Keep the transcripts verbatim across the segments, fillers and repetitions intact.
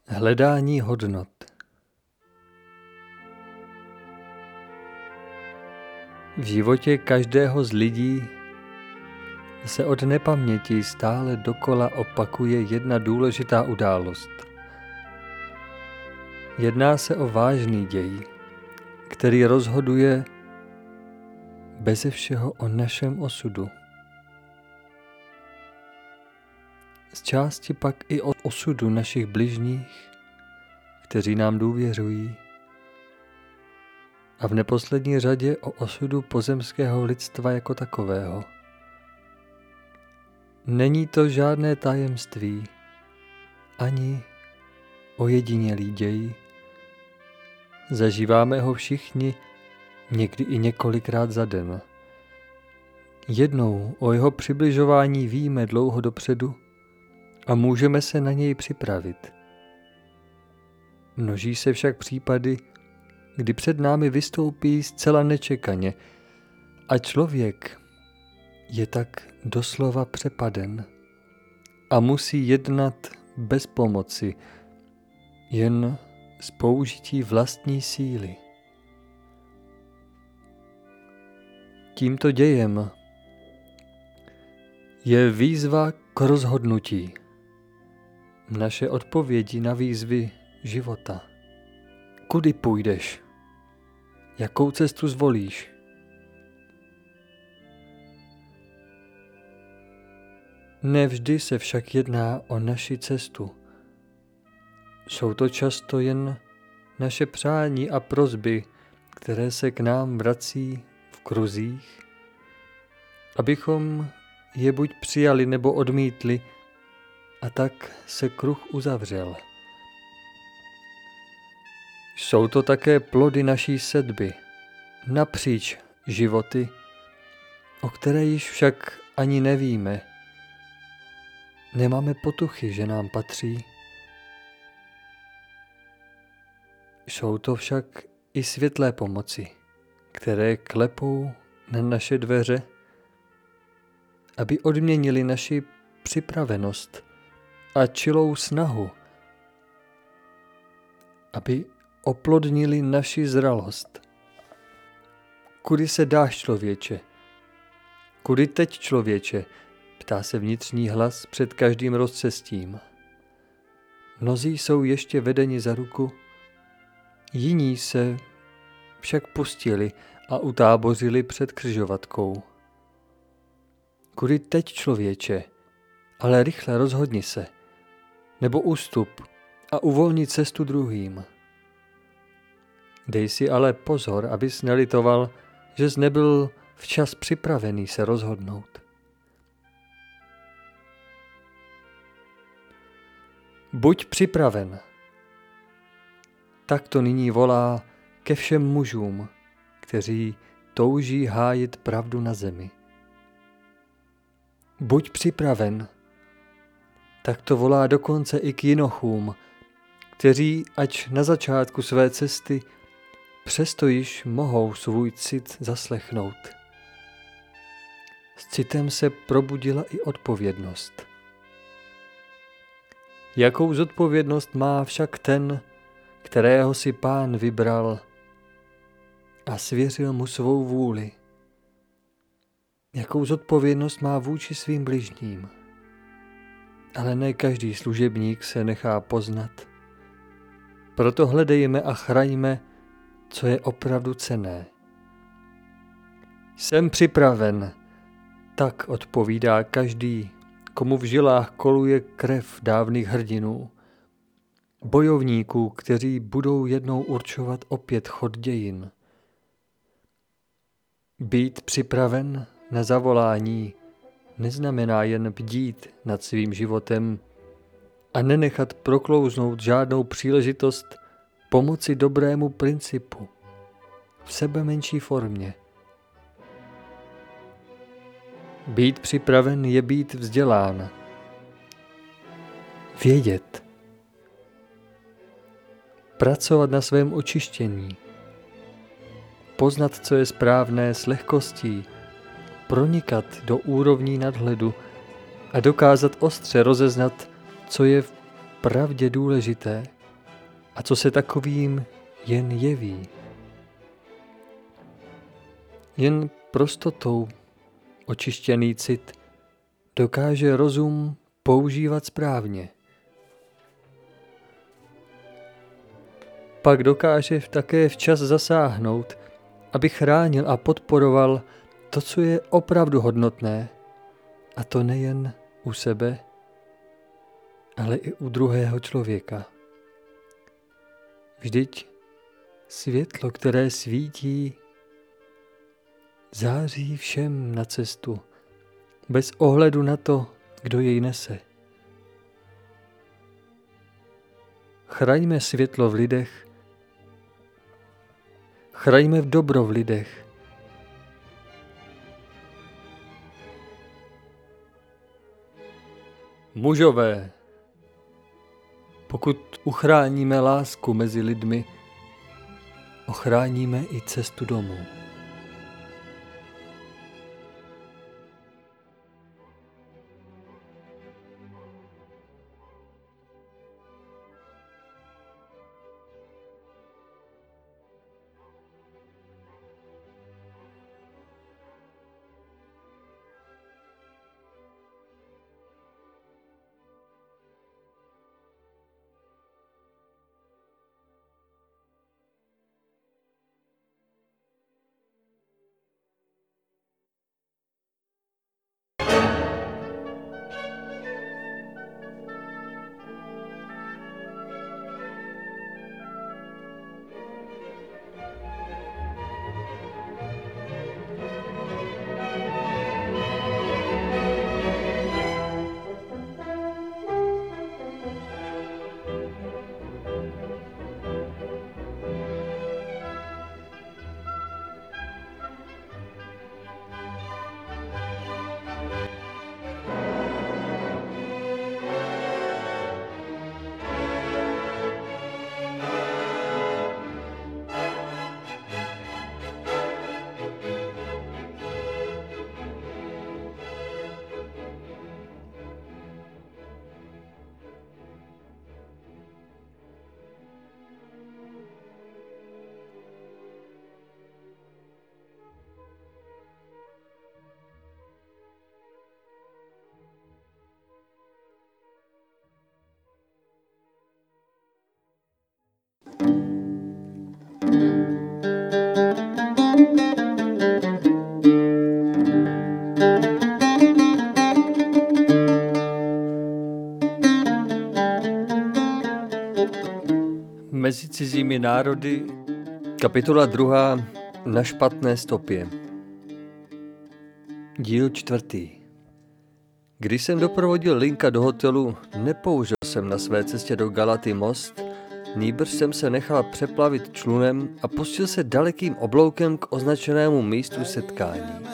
Hledání hodnot. V životě každého z lidí se od nepaměti stále dokola opakuje jedna důležitá událost. Jedná se o vážný děj, který rozhoduje beze všeho o našem osudu. Z části pak i o osudu našich bližních, kteří nám důvěřují, a v neposlední řadě o osudu pozemského lidstva jako takového. Není to žádné tajemství, ani ojedinělý děj. Zažíváme ho všichni někdy i několikrát za den. Jednou o jeho přibližování víme dlouho dopředu a můžeme se na něj připravit. Množí se však případy, kdy před námi vystoupí zcela nečekaně a člověk je tak doslova přepaden a musí jednat bez pomoci, jen s použití vlastní síly. Tímto dějem je výzva k rozhodnutí. Naše odpovědi na výzvy života. Kudy půjdeš? Jakou cestu zvolíš? Nevždy se však jedná o naši cestu. Jsou to často jen naše přání a prosby, které se k nám vrací v kruzích, abychom je buď přijali nebo odmítli, a tak se kruh uzavřel. Jsou to také plody naší sedby, napříč životy, o které již však ani nevíme. Nemáme potuchy, že nám patří. Jsou to však i světlé pomoci, které klepou na naše dveře, aby odměnili naši připravenost a čilou snahu, aby oplodnili naši zralost. Kudy se dáš, člověče? Kudy teď, člověče? Ptá se vnitřní hlas před každým rozcestím. Mnozí jsou ještě vedeni za ruku, jiní se však pustili a utábořili před křižovatkou. Kudy teď, člověče? Ale rychle rozhodni se, nebo ústup a uvolni cestu druhým. Dej si ale pozor, abys nelitoval, že jsi nebyl včas připravený se rozhodnout. Buď připraven. Tak to nyní volá ke všem mužům, kteří touží hájit pravdu na zemi. Buď připraven. Tak to volá dokonce i k jinochům, kteří, ač na začátku své cesty, přesto již mohou svůj cit zaslechnout. S citem se probudila i odpovědnost. Jakou zodpovědnost má však ten, kterého si Pán vybral a svěřil mu svou vůli? Jakou zodpovědnost má vůči svým bližním? Ale ne každý služebník se nechá poznat. Proto hledejme a chraňme, co je opravdu cenné. Jsem připraven, tak odpovídá každý, komu v žilách koluje krev dávných hrdinů, bojovníků, kteří budou jednou určovat opět chod dějin. Být připraven na zavolání neznamená jen bdít nad svým životem a nenechat proklouznout žádnou příležitost pomoci dobrému principu v sebe menší formě. Být připraven je být vzdělán. Vědět. Pracovat na svém očištění. Poznat, co je správné, s lehkostí. Pronikat do úrovní nadhledu a dokázat ostře rozeznat, co je v pravdě důležité a co se takovým jen jeví. Jen prostotou očištěný cit dokáže rozum používat správně. Pak dokáže také včas zasáhnout, aby chránil a podporoval to, co je opravdu hodnotné, a to nejen u sebe, ale i u druhého člověka. Vždyť světlo, které svítí, září všem na cestu, bez ohledu na to, kdo jej nese. Chraňme světlo v lidech, chraňme v dobro v lidech. Mužové, pokud uchráníme lásku mezi lidmi, ochráníme i cestu domů. Mezi cizími národy, kapitola druhá, na špatné stopě. Díl čtvrtý. Když jsem doprovodil Linka do hotelu, nepoužil jsem na své cestě do Galaty most, nýbrž jsem se nechal přeplavit člunem a pustil se dalekým obloukem k označenému místu setkání.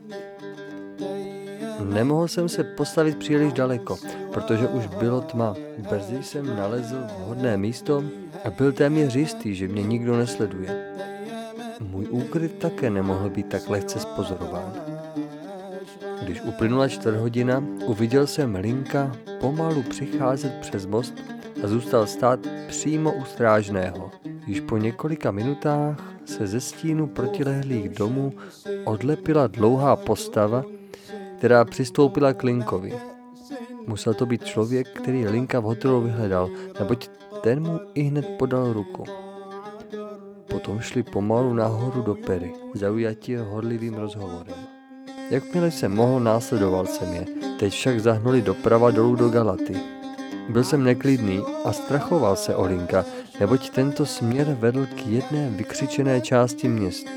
Nemohl jsem se postavit příliš daleko, protože už bylo tma. Brzy jsem nalezl vhodné místo a byl téměř jistý, že mě nikdo nesleduje. Můj úkryt také nemohl být tak lehce spozorován. Když uplynula čtvrt hodina, uviděl jsem Linka pomalu přicházet přes most a zůstal stát přímo u strážného. Již po několika minutách se ze stínu protilehlých domů odlepila dlouhá postava, která přistoupila k Linkovi. Musel to být člověk, který Linka v hotelu vyhledal, neboť ten mu ihned podal ruku. Potom šli pomalu nahoru do pery, zaujatí horlivým rozhovorem. Jakmile jsem mohl, následoval jsem je, teď však zahnuli doprava dolů do Galaty. Byl jsem neklidný a strachoval se o Linka, neboť tento směr vedl k jedné vykřičené části města.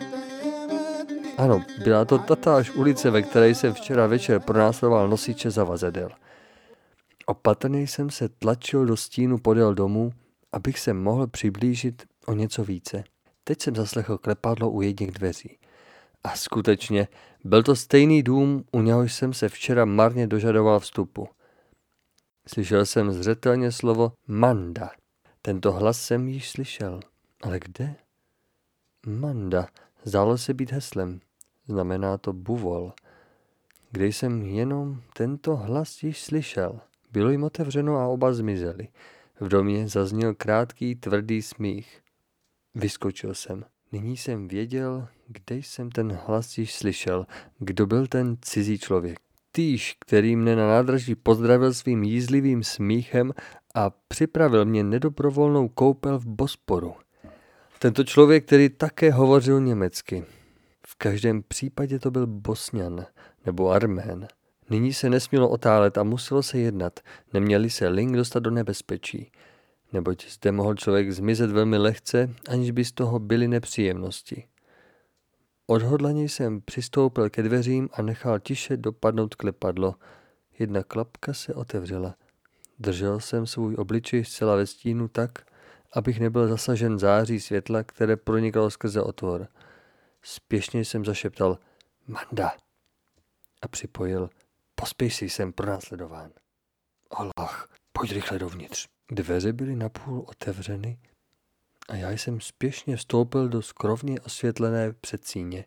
Ano, byla to tatáž ulice, ve které jsem včera večer pronásledoval nosiče zavazadel. Opatrně jsem se tlačil do stínu podél domu, abych se mohl přiblížit o něco více. Teď jsem zaslechl klepadlo u jedněch dveří. A skutečně, byl to stejný dům, u něhož jsem se včera marně dožadoval vstupu. Slyšel jsem zřetelně slovo Manda. Tento hlas jsem již slyšel. Ale kde? Manda. Zdálo se být heslem. Znamená to buvol. Kde jsem jenom tento hlas již slyšel. Bylo jim otevřeno a oba zmizeli. V domě zazněl krátký, tvrdý smích. Vyskočil jsem. Nyní jsem věděl, kde jsem ten hlas již slyšel, kdo byl ten cizí člověk. Týž, který mne na nádraží pozdravil svým jízlivým smíchem a připravil mě nedobrovolnou koupel v Bosporu. Tento člověk, který také hovořil německy. V každém případě to byl Bosňan nebo Armén. Nyní se nesmělo otálet a muselo se jednat, neměli se Link dostat do nebezpečí. Neboť zde mohl člověk zmizet velmi lehce, aniž by z toho byly nepříjemnosti. Odhodlaně jsem přistoupil ke dveřím a nechal tiše dopadnout klepadlo. Jedna klapka se otevřela. Držel jsem svůj obličej zcela ve stínu tak, abych nebyl zasažen září světla, které pronikalo skrze otvor. Spěšně jsem zašeptal Manda a připojil pospěš si, jsem pronásledován. Allah, pojď rychle dovnitř. Dveře byly napůl otevřeny a já jsem spěšně vstoupil do skrovně osvětlené předsíně.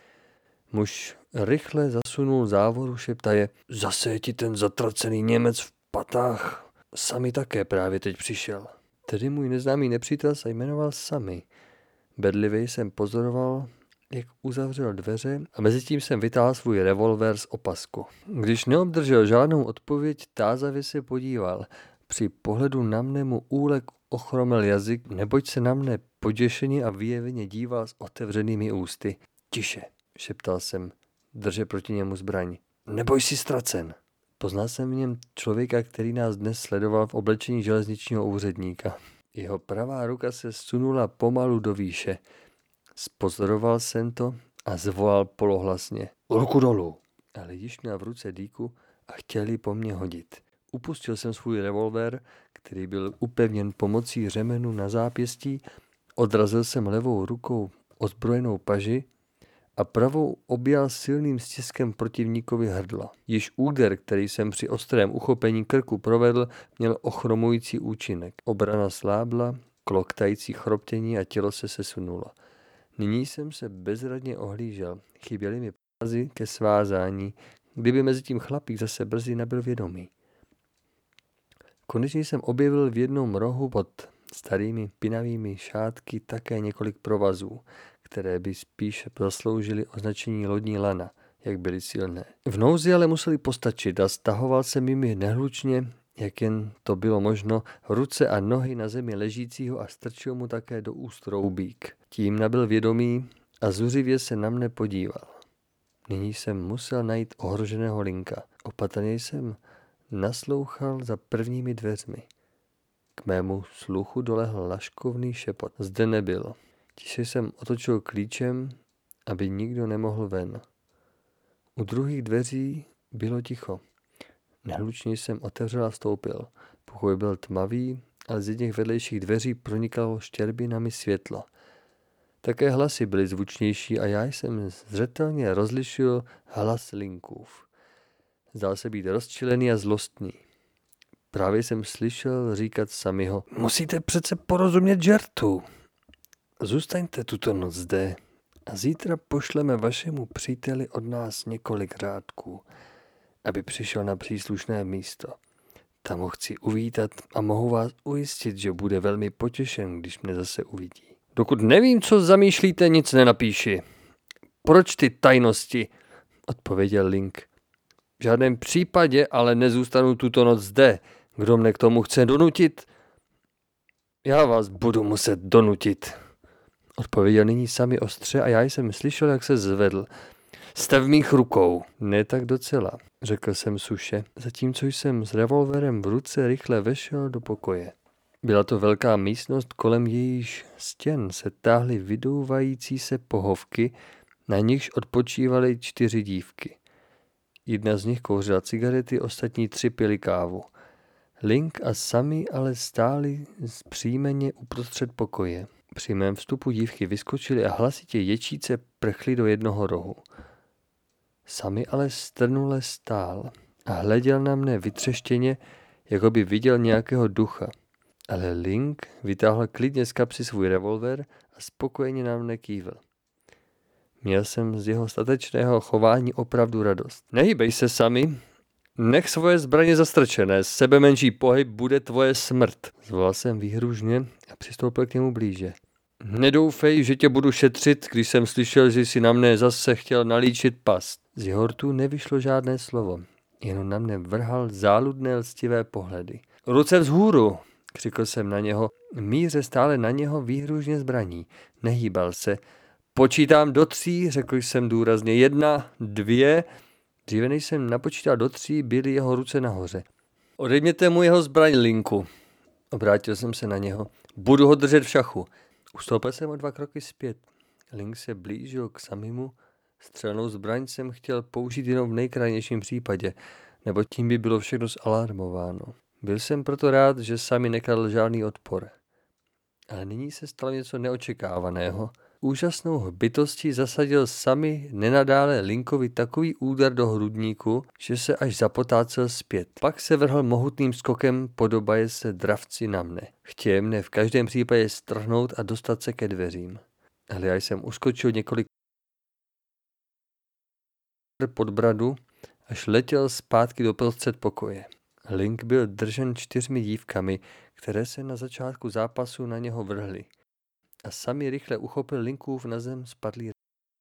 Muž rychle zasunul závoru, šeptaje, zase je ti ten zatracený Němec v patách. Sami také právě teď přišel. Tedy můj neznámý nepřítel se jmenoval Sami. Bedlivě jsem pozoroval, jak uzavřel dveře a mezitím jsem vytáhl svůj revolver z opasku. Když neobdržel žádnou odpověď, tázavě se podíval. Při pohledu na mne mu úlek ochromil jazyk, neboť se na mne poděšeně a vyjeveně díval s otevřenými ústy. Tiše, šeptal jsem, drže proti němu zbraň. Neboj si ztracen. Poznal jsem v něm člověka, který nás dnes sledoval v oblečení železničního úředníka. Jeho pravá ruka se sunula pomalu do výše. Spozoroval jsem to a zvolal polohlasně. Ruku dolů. A lidiš měl v ruce dýku a chtěli po mně hodit. Upustil jsem svůj revolver, který byl upevněn pomocí řemenu na zápěstí, odrazil jsem levou rukou ozbrojenou paži a pravou objal silným stiskem protivníkovi hrdla. Již úder, který jsem při ostrém uchopení krku provedl, měl ochromující účinek. Obrana slábla, kloktající chroptění a tělo se sesunulo. Nyní jsem se bezradně ohlížel. Chyběly mi pázy ke svázání, kdyby mezi tím chlapík zase brzy nabyl vědomí. Konečně jsem objevil v jednom rohu pod starými pinavými šátky také několik provazů, které by spíš zasloužily označení lodní lana, jak byly silné. V nouzi ale museli postačit a stahoval jsem jimi nehlučně, jak jen to bylo možno, ruce a nohy na zemi ležícího a strčil mu také do úst roubík. Tím nabyl vědomí a zuřivě se na mne podíval. Nyní jsem musel najít ohroženého Linka. Opatrně jsem naslouchal za prvními dveřmi. K mému sluchu dolehl laškovný šepot. Zde nebyl. Tiše jsem otočil klíčem, aby nikdo nemohl ven. U druhých dveří bylo ticho. Nehlučně jsem otevřel a vstoupil. Pokoj byl tmavý, ale z jedných vedlejších dveří pronikalo štěrbinami světlo. Také hlasy byly zvučnější a já jsem zřetelně rozlišil hlas Linkův. Zdál se být rozčilený a zlostný. Právě jsem slyšel říkat Samiho, musíte přece porozumět žertu. Zůstaňte tuto noc zde a zítra pošleme vašemu příteli od nás několik řádků, aby přišel na příslušné místo. Tam ho chci uvítat a mohu vás ujistit, že bude velmi potěšen, když mne zase uvidí. Dokud nevím, co zamýšlíte, nic nenapíši. Proč ty tajnosti? Odpověděl Link. V žádném případě ale nezůstanu tuto noc zde. Kdo mne k tomu chce donutit? Já vás budu muset donutit. Odpověděl nyní Sami ostře a já jsem slyšel, jak se zvedl. Jste v mých rukou. Ne tak docela, řekl jsem suše, zatímco jsem s revolverem v ruce rychle vešel do pokoje. Byla to velká místnost, kolem jejíž stěn se táhly vydouvající se pohovky, na nichž odpočívaly čtyři dívky. Jedna z nich kouřila cigarety, ostatní tři pili kávu. Link a Sami ale stáli zpříjmeně uprostřed pokoje. Při mém vstupu dívky vyskočily a hlasitě ječíce prchly do jednoho rohu. Sami ale strnule stál a hleděl na mne vytřeštěně, jako by viděl nějakého ducha. Ale Link vytáhl klidně z kapsy svůj revolver a spokojeně na mne kývl. Měl jsem z jeho statečného chování opravdu radost. Nehýbej se, Sami, Nech svoje zbraně zastrčené, sebe menší pohyb bude tvoje smrt. Zvolal jsem výhružně a přistoupil k němu blíže. Nedoufej, že tě budu šetřit, když jsem slyšel, že jsi na mne zase chtěl nalíčit past. Z jeho rtů nevyšlo žádné slovo, jenom na mne vrhal záludné lstivé pohledy. Ruce vzhůru, křikl jsem na něho, míře stále na něho výhružně zbraní. Nehýbal se. Počítám do tří, řekl jsem důrazně. Jedna, dvě. Dříve než jsem napočítal do tří, byly jeho ruce nahoře. Odejměte mu jeho zbraň, Linku. Obrátil jsem se na něho. Budu ho držet v šachu. Ustoupil jsem o dva kroky zpět. Link se blížil k samému. Střelnou zbraň jsem chtěl použít jenom v nejkrajnějším případě, nebo tím by bylo všechno zalarmováno. Byl jsem proto rád, že sami nekladl žádný odpor. Ale nyní se stalo něco neočekávaného. Úžasnou bytostí zasadil sami nenadále Linkovi takový úder do hrudníku, že se až zapotácel zpět. Pak se vrhl mohutným skokem, podobaje se dravci na mne. Chtěl mne v každém případě strhnout a dostat se ke dveřím. Ale já jsem uskočil několik pod bradu, až letěl zpátky do prostřed pokoje. Link byl držen čtyřmi dívkami, které se na začátku zápasu na něho vrhly. A sami rychle uchopil Linkův na zem spadlý.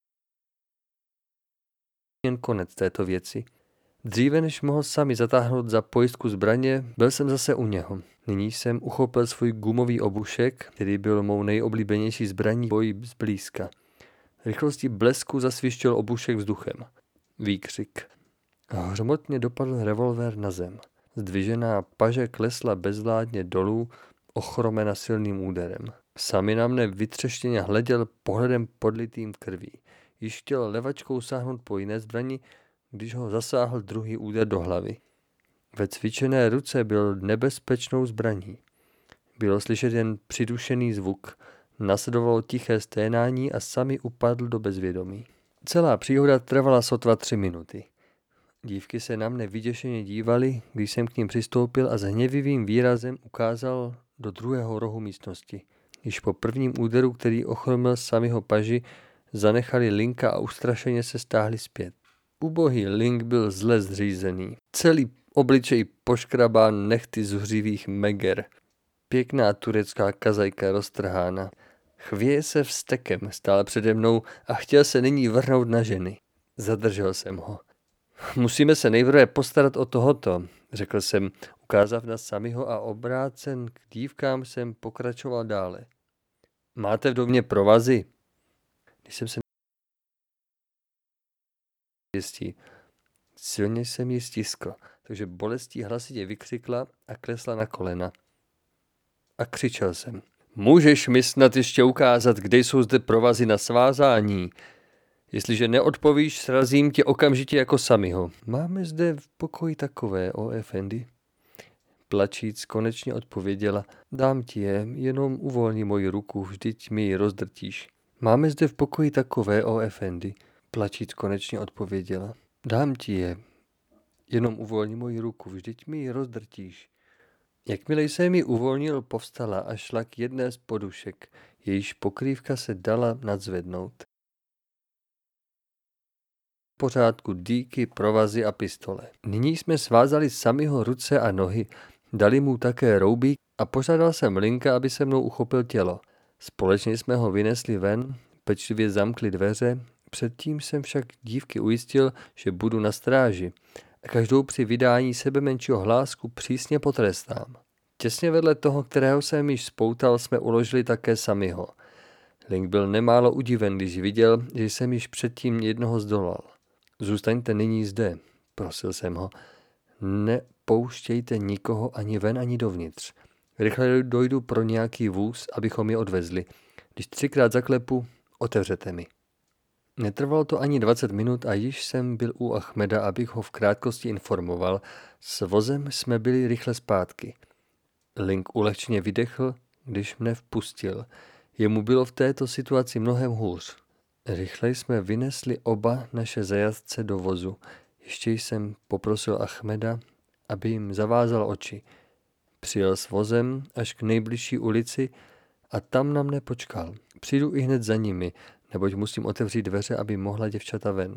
Jen konec této věci. Dříve než mohl sami zatáhnout za pojistku zbraně, byl jsem zase u něho. Nyní jsem uchopil svůj gumový obušek, který byl mou nejoblíbenější zbraní boji zblízka. Rychlostí blesku zasvištěl obušek vzduchem. Výkřik. Hřmotně dopadl revolver na zem. Zdvižená paže klesla bezvládně dolů, ochromena silným úderem. Sami na mne vytřeštěně hleděl pohledem podlitým krví. Již chtěl levačkou sáhnout po jiné zbrani, když ho zasáhl druhý úder do hlavy. Ve cvičené ruce byl nebezpečnou zbraní. Bylo slyšet jen přidušený zvuk. Nasledovalo tiché sténání a sami upadl do bezvědomí. Celá příhoda trvala sotva tři minuty. Dívky se na mne vyděšeně dívaly, když jsem k ním přistoupil a s hněvivým výrazem ukázal do druhého rohu místnosti. Již po prvním úderu, který ochromil samého paži, zanechali Linka a ustrašeně se stáhli zpět. Ubohý Link byl zle zřízený. Celý obličej poškrabán nechty zuřivých meger. Pěkná turecká kazajka roztrhána. Chvěje se vztekem, stál přede mnou a chtěl se nyní vrhnout na ženy. Zadržel jsem ho. Musíme se nejprve postarat o tohoto, řekl jsem, ukázav na samého a obrácen k dívkám jsem pokračoval dále. Máte v domě provazy? Když jsem se jistí, silně jsem ji stiskl, takže bolestí hlasitě vykřikla a klesla na kolena. A křičel jsem. Můžeš mi snad ještě ukázat, kde jsou zde provazy na svázání? Jestliže neodpovíš, srazím tě okamžitě jako samýho. Máme zde v pokoji takové, o efendi. Plačíc konečně odpověděla. Dám ti je, jenom uvolni moji ruku, vždyť mi ji rozdrtíš. Máme zde v pokoji takové, o efendi. Plačíc konečně odpověděla. Dám ti je, jenom uvolni moji ruku, vždyť mi ji rozdrtíš. Jakmile jsem ji uvolnil, povstala a šla k jedné z podušek, jejíž pokrývka se dala nadzvednout. V pořádku dýky, provazy a pistole. Nyní jsme svázali samého ruce a nohy, dali mu také roubík a požádal jsem Linka, aby se mnou uchopil tělo. Společně jsme ho vynesli ven, pečlivě zamkli dveře, předtím jsem však dívky ujistil, že budu na stráži a každou při vydání sebe menšího hlásku přísně potrestám. Těsně vedle toho, kterého jsem již spoutal, jsme uložili také samého. Link byl nemálo udiven, když viděl, že jsem již předtím jednoho zdolal. Zůstaňte nyní zde, prosil jsem ho. Nepouštějte nikoho ani ven, ani dovnitř. Rychle dojdu pro nějaký vůz, abychom je odvezli. Když třikrát zaklepu, otevřete mi. Netrvalo to ani dvacet minut a již jsem byl u Achmeda, abych ho v krátkosti informoval. S vozem jsme byli rychle zpátky. Link ulehčeně vydechl, když mne vpustil. Jemu bylo v této situaci mnohem hůř. Rychle jsme vynesli oba naše zajatce do vozu. Ještě jsem poprosil Achmeda, aby jim zavázal oči. Přijel s vozem až k nejbližší ulici a tam na mne počkal. Přijdu i hned za nimi, neboť musím otevřít dveře, aby mohla děvčata ven.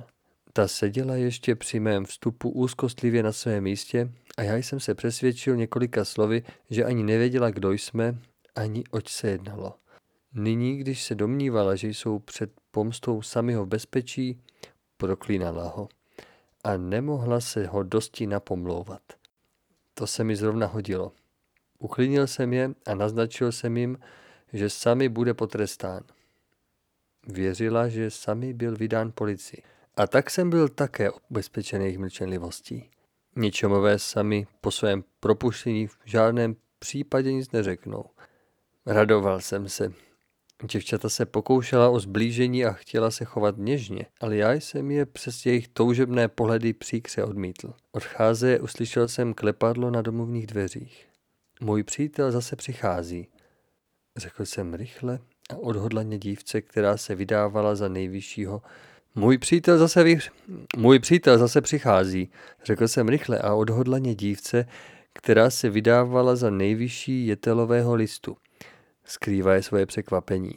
Ta seděla ještě při mém vstupu úzkostlivě na svém místě a já jsem se přesvědčil několika slovy, že ani nevěděla, kdo jsme, ani oč se jednalo. Nyní, když se domnívala, že jsou před pomstou samého bezpečí, proklínala ho a nemohla se ho dosti napomlouvat. To se mi zrovna hodilo. Uklidnil jsem je a naznačil jsem jim, že sami bude potrestán. Věřila, že sami byl vydán policii. A tak jsem byl také ubezpečený jejich mlčenlivostí. Ničomové sami po svém propuštění v žádném případě nic neřeknou. Radoval jsem se. Děvčata se pokoušela o zblížení a chtěla se chovat něžně, ale já jsem je přes jejich toužebné pohledy příkře odmítl. Odcházeje uslyšel jsem klepadlo na domovních dveřích. Můj přítel zase přichází, řekl jsem rychle a odhodlaně dívce, která se vydávala za nejvyššího. Můj přítel zase, vy... Můj přítel zase přichází, řekl jsem rychle a odhodlaně dívce, která se vydávala za nejvyšší jetelového listu. Skrývaje svoje překvapení.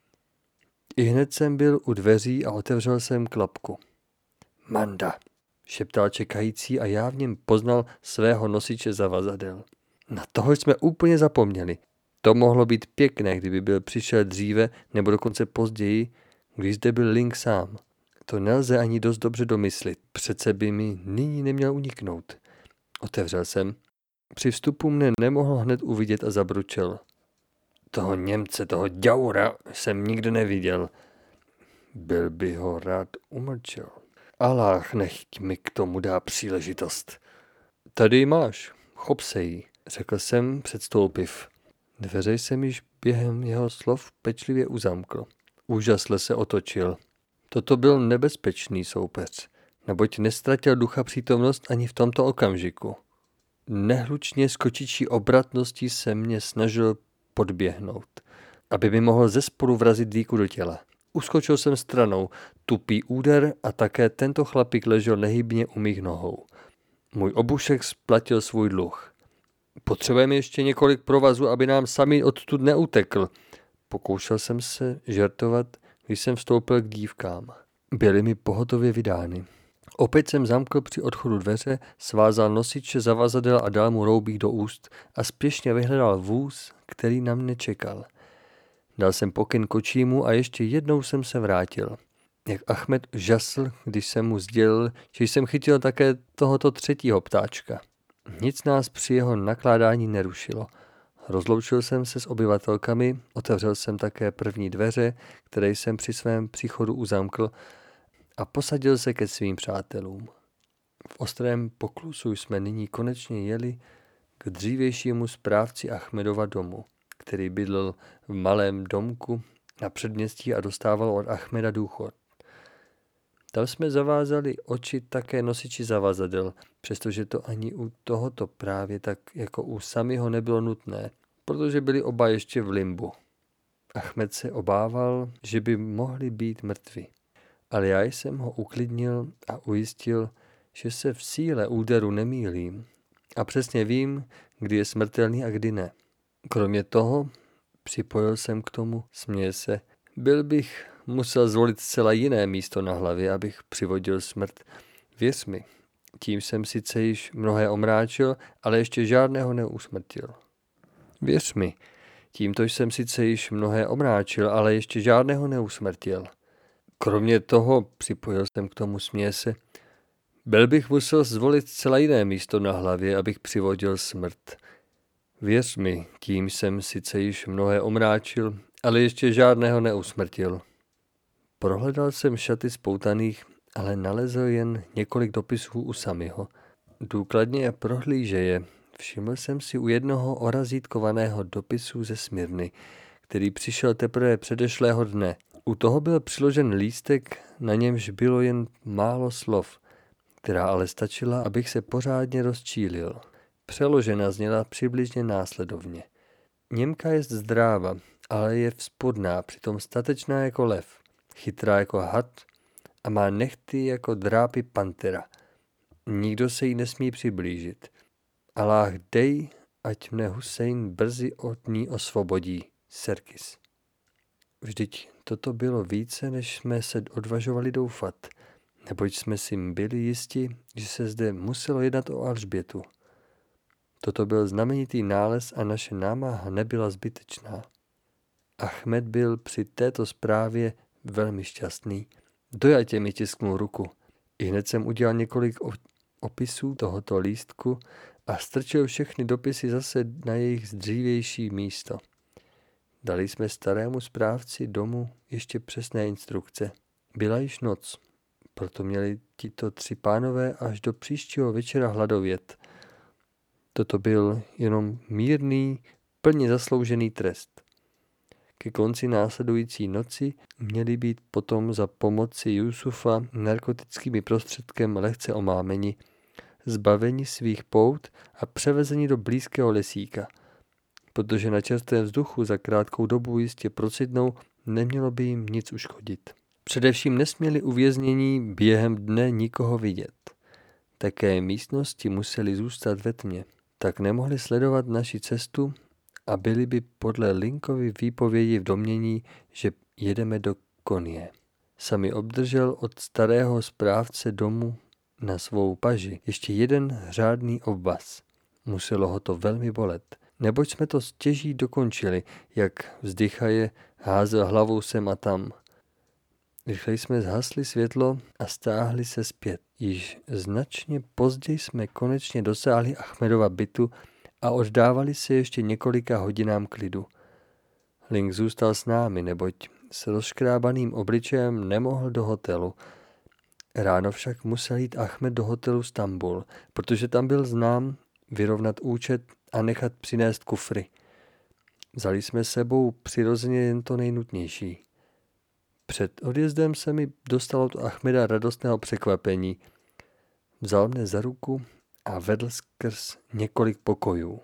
I hned jsem byl u dveří a otevřel jsem klapku. Manda, šeptal čekající a já v něm poznal svého nosiče zavazadel. Na toho jsme úplně zapomněli. To mohlo být pěkné, kdyby byl přišel dříve nebo dokonce později, když zde byl Link sám. To nelze ani dost dobře domyslit. Přece by mi nyní neměl uniknout. Otevřel jsem. Při vstupu mne nemohl hned uvidět a zabručel. Toho Němce, toho ďaura jsem nikdy neviděl. Byl by ho rád umlčel. Aláh, nech mi k tomu dá příležitost. Tady ji máš, chop se jí, řekl jsem, předstoupiv. Dveře jsem již během jeho slov pečlivě uzamkl. Úžasle se otočil. Toto byl nebezpečný soupeř, neboť nestratil ducha přítomnost ani v tomto okamžiku. Nehlučně s kočičí obratností se mě snažil podběhnout, aby mi mohl zespodu vrazit dýku do těla. Uskočil jsem stranou, tupý úder a také tento chlapík ležel nehybně u mých nohou. Můj obušek splatil svůj dluh. Potřebujeme ještě několik provazů, aby nám sami odtud neutekl. Pokoušel jsem se žertovat, když jsem vstoupil k dívkám. Byly mi pohotově vydány. Opět jsem zamkl při odchodu dveře, svázal nosiče zavazadel a dal mu roubík do úst a spěšně vyhledal vůz, který na mne čekal. Dal jsem pokyn kočímu a ještě jednou jsem se vrátil. Jak Achmed žasl, když jsem mu sdělil, že jsem chytil také tohoto třetího ptáčka. Nic nás při jeho nakládání nerušilo. Rozloučil jsem se s obyvatelkami, otevřel jsem také první dveře, které jsem při svém příchodu uzamkl, a posadil se ke svým přátelům. V ostrém poklusu jsme nyní konečně jeli k dřívějšímu správci Achmedova domu, který bydlel v malém domku na předměstí a dostával od Achmeda důchod. Tam jsme zavázali oči také nosiči zavazadel, přestože to ani u tohoto právě tak jako u samého nebylo nutné, protože byli oba ještě v limbu. Achmed se obával, že by mohli být mrtvi. Ale já jsem ho uklidnil a ujistil, že se v síle úderu nemýlím a přesně vím, kdy je smrtelný a kdy ne. Kromě toho, připojil jsem k tomu, směje se, byl bych musel zvolit zcela jiné místo na hlavě, abych přivodil smrt. Věř mi, tím jsem sice již mnohé omráčil, ale ještě žádného neusmrtil. Věř mi, tímto jsem sice již mnohé omráčil, ale ještě žádného neusmrtil. Kromě toho, připojil jsem k tomu, směje se, byl bych musel zvolit zcela jiné místo na hlavě, abych přivodil smrt. Věř mi, tím jsem sice již mnohé omráčil, ale ještě žádného neusmrtil. Prohledal jsem šaty spoutaných, ale nalezl jen několik dopisů u samého. Důkladně je prohlíže je. Všiml jsem si u jednoho orazítkovaného dopisu ze Smyrny, který přišel teprve předešlého dne. U toho byl přiložen lístek, na němž bylo jen málo slov, která ale stačila, abych se pořádně rozčílil. Přeložena zněla přibližně následovně. Němka jest zdráva, ale je vzpodná, přitom statečná jako lev, chytrá jako had a má nehty jako drápy pantera. Nikdo se jí nesmí přiblížit. Aláh dej, ať mne Husejn brzy od ní osvobodí. Serkis. Vždyť toto bylo více, než jsme se odvažovali doufat. neboť jsme si byli jisti, že se zde muselo jednat o Alžbětu. Toto byl znamenitý nález a naše námaha nebyla zbytečná. Achmed byl při této zprávě velmi šťastný. Dojatě mi tisknul ruku. Ihned jsem udělal několik opisů tohoto lístku a strčil všechny dopisy zase na jejich dřívější místo. Dali jsme starému správci domu ještě přesné instrukce. Byla již noc, proto měli tito tři pánové až do příštího večera hladovět. Toto byl jenom mírný, plně zasloužený trest. Ke konci následující noci měli být potom za pomoci Jusufa narkotickými prostředkem lehce omámeni, zbaveni svých pout a převezeni do blízkého lesíka. Protože na čerstvém vzduchu za krátkou dobu jistě procitnou, nemělo by jim nic uškodit. Především nesměli uvěznění během dne nikoho vidět. Také místnosti museli zůstat ve tmě, tak nemohli sledovat naši cestu a byli by podle Linkovy výpovědi v domnění, že jedeme do Konie. Sami obdržel od starého správce domu na svou paži ještě jeden řádný obvaz. Muselo ho to velmi bolet, neboť jsme to stěží dokončili, jak vzdychaje házel hlavou sem a tam. Rychle jsme zhasli světlo a stáhli se zpět. Již značně později jsme konečně dosáhli Achmedova bytu a oddávali se ještě několika hodinám klidu. Link zůstal s námi, neboť s rozškrábaným obličejem nemohl do hotelu. Ráno však musel jít Achmed do hotelu Stambul, protože tam byl znám vyrovnat účet a nechat přinést kufry. Vzali jsme sebou přirozeně jen to nejnutnější. Před odjezdem se mi dostalo od Achmeda radostného překvapení. Vzal mne za ruku a vedl skrz několik pokojů.